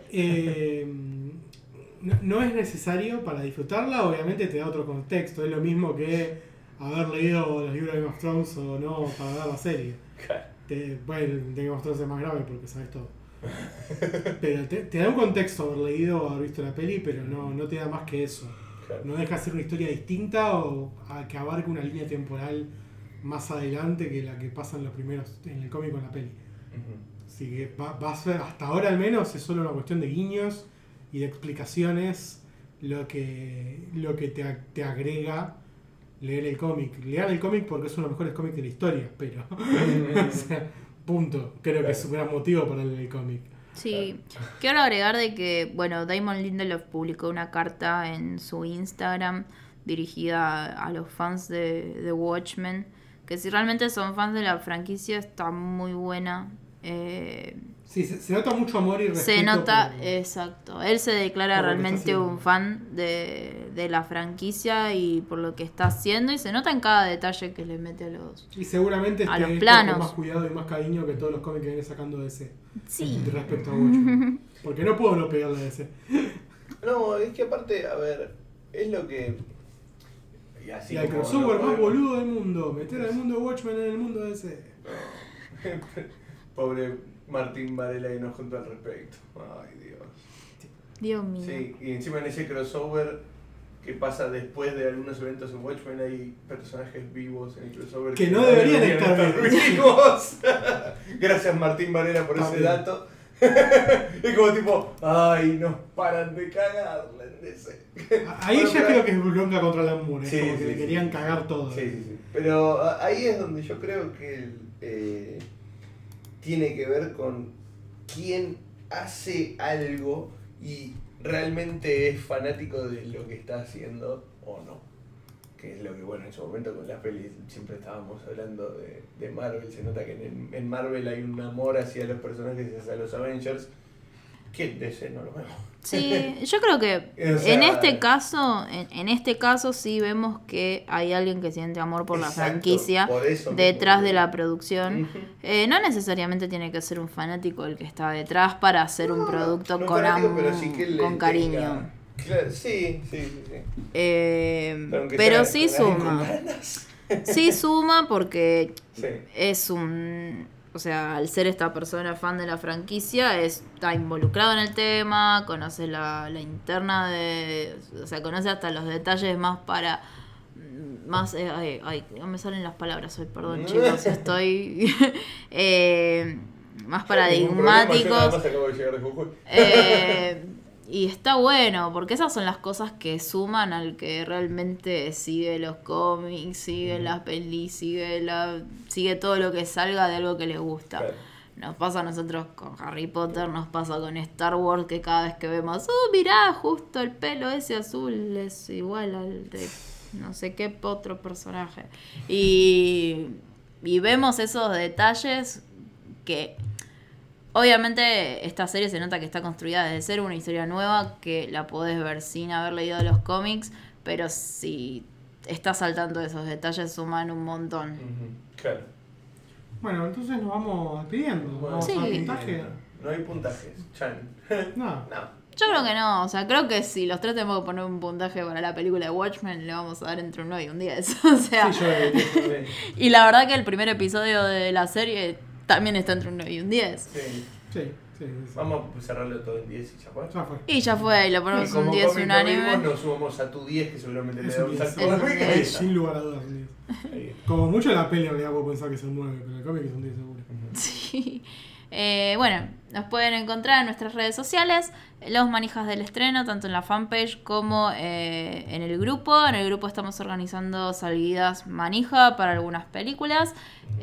igual. No es necesario para disfrutarla, obviamente te da otro contexto. Es lo mismo que haber leído los libros de Game of Thrones o no para ver la serie. Bueno, de Game of Thrones es más grave porque sabes todo. Pero te da un contexto haber leído o haber visto la peli, pero no te da más que eso. No deja de ser una historia distinta o que abarque una línea temporal más adelante que la que pasa en los primeros, en el cómic o en la peli. Así que va a ser, hasta ahora al menos, es solo una cuestión de guiños y de explicaciones lo que te agrega leer el cómic. Leer el cómic porque es uno de los mejores cómics de la historia, pero o sea, punto. Creo que es un gran motivo para leer el cómic. Sí, quiero agregar de que, bueno, Damon Lindelof publicó una carta en su Instagram dirigida a los fans de Watchmen, que si realmente son fans de la franquicia está muy buena. Sí, se nota mucho amor y respeto. Se nota, exacto. Él se declara realmente un fan de la franquicia y por lo que está haciendo, y se nota en cada detalle que le mete a los Y seguramente a los con planos. más cuidado y más cariño que todos los cómics que viene sacando DC. Sí. Respecto a Watchmen. Porque no puedo no pegarle a DC. No, es que aparte, a ver, es lo que... Y al crossover más boludo del mundo. Meter al mundo de Watchmen en el mundo de DC. Pobre Martín Varela y no junto al respecto. Ay, Dios. Dios mío. Sí, y encima en ese crossover que pasa después de algunos eventos en Watchmen hay personajes vivos en el crossover que no deberían estar vivos. Gracias Martín Varela por ese dato. Es como tipo, ay, nos paran de cagarla en ese. Ahí bueno, ya creo que es bronca contra la Moore, sí, como que sí, le querían cagar todo. Sí. Pero ahí es donde yo creo que tiene que ver con quién hace algo y realmente es fanático de lo que está haciendo o no. Que es lo que, bueno, en su momento con las pelis siempre estábamos hablando de Marvel. Se nota que en Marvel hay un amor hacia los personajes y hacia los Avengers que en DC no lo vemos. Sí, yo creo que o sea, en este caso sí vemos que hay alguien que siente amor por la franquicia detrás de la producción. No necesariamente tiene que ser un fanático el que está detrás para hacer un producto con amor, sí con cariño. Claro, sí. Pero sí suma. Sí suma porque es un... O sea, al ser esta persona fan de la franquicia, está involucrado en el tema, conoce la interna de... O sea, conoce hasta los detalles más no me salen las palabras hoy, perdón chicos, estoy... más paradigmáticos. Y está bueno, porque esas son las cosas que suman al que realmente sigue los cómics, sigue las pelis, sigue todo lo que salga de algo que les gusta. Claro. Nos pasa a nosotros con Harry Potter, nos pasa con Star Wars, que cada vez que vemos, mirá, justo el pelo ese azul es igual al de no sé qué otro personaje. Y vemos esos detalles que obviamente esta serie se nota que está construida desde cero, una historia nueva que la podés ver sin haber leído los cómics, pero si estás al tanto de esos detalles suman un montón. Claro. Bueno, entonces nos vamos despidiendo. ¿Vamos Sí. a puntaje? No hay puntajes, Chan. No. Yo creo que no, o sea, creo que si los tres tenemos que poner un puntaje para la película de Watchmen, le vamos a dar entre un 9 y un 10. O sea, Sí, yo y la verdad que el primer episodio de la serie también está entre un 9 y un 10. Sí. Sí. Vamos a cerrarlo todo en 10 y ya fue. Ya fue. Y ya fue, y le ponemos Y como un 10 cómic un anime. vimos, nos sumamos a tu 10, que seguramente le Es un damos al 10. cómic. Es un 10. Sin lugar a dudas, un 10. Como mucho la peli en realidad puedo pensar que es un 9, pero el cómic es un 10 seguro. Sí. Bueno, nos pueden encontrar en nuestras redes sociales, Los Manijas del Estreno, tanto en la fanpage como en el grupo. En el grupo estamos organizando salidas manija para algunas películas.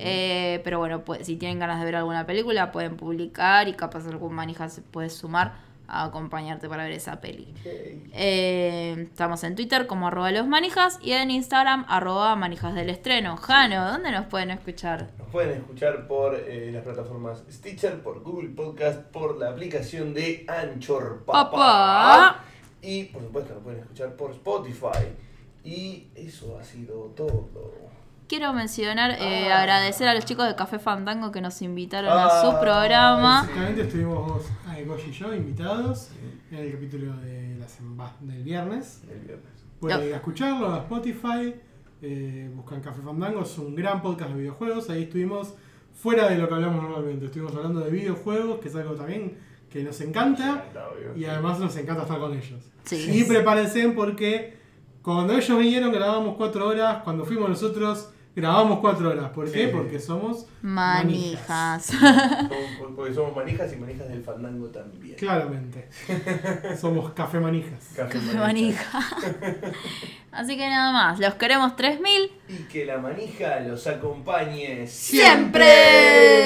Pero bueno, pues, si tienen ganas de ver alguna película, pueden publicar y capaz algún manija se puede sumar a acompañarte para ver esa peli. Okay. Estamos en Twitter como @losmanijas y en Instagram @manijas del estreno. Jano, ¿dónde nos pueden escuchar? Nos pueden escuchar por las plataformas Stitcher, por Google Podcast, por la aplicación de Anchor Papá. Y por supuesto nos pueden escuchar por Spotify. Y eso ha sido todo. Quiero mencionar, agradecer a los chicos de Café Fandango que nos invitaron a su programa. Básicamente estuvimos Goshi y yo invitados en el capítulo de del viernes. El viernes. Pueden ir a escucharlo a Spotify, buscan Café Fandango, es un gran podcast de videojuegos. Ahí estuvimos fuera de lo que hablamos normalmente, estuvimos hablando de videojuegos, que es algo también que nos encanta y además nos encanta estar con ellos. Sí. Y prepárense porque cuando ellos vinieron grabamos 4 horas, cuando fuimos nosotros grabamos 4 horas. ¿Por qué? Sí. Porque somos Manijas. Porque somos manijas y manijas del fandango también. Claramente. Somos café manijas. Café Manija. Así que nada más, los queremos 3000. Y que la manija los acompañe ¡Siempre!